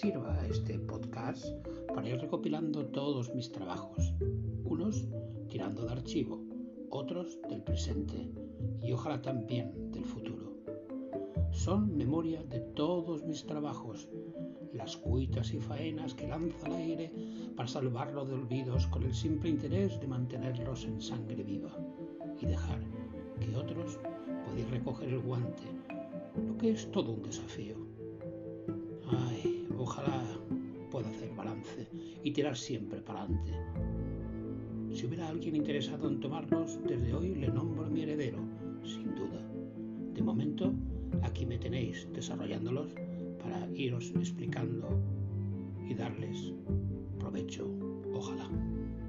sirva este podcast para ir recopilando todos mis trabajos, unos tirando de archivo, otros del presente y ojalá también del futuro. Son memoria de todos mis trabajos, las cuitas y faenas que lanzo al aire para salvarlo de olvidos con el simple interés de mantenerlos en sangre viva y dejar que otros puedan recoger el guante, lo que es todo un desafío. Ay, ojalá pueda hacer balance y tirar siempre para adelante. Si hubiera alguien interesado en tomarlos, desde hoy le nombro mi heredero, sin duda. De momento, aquí me tenéis desarrollándolos para iros explicando y darles provecho, ojalá.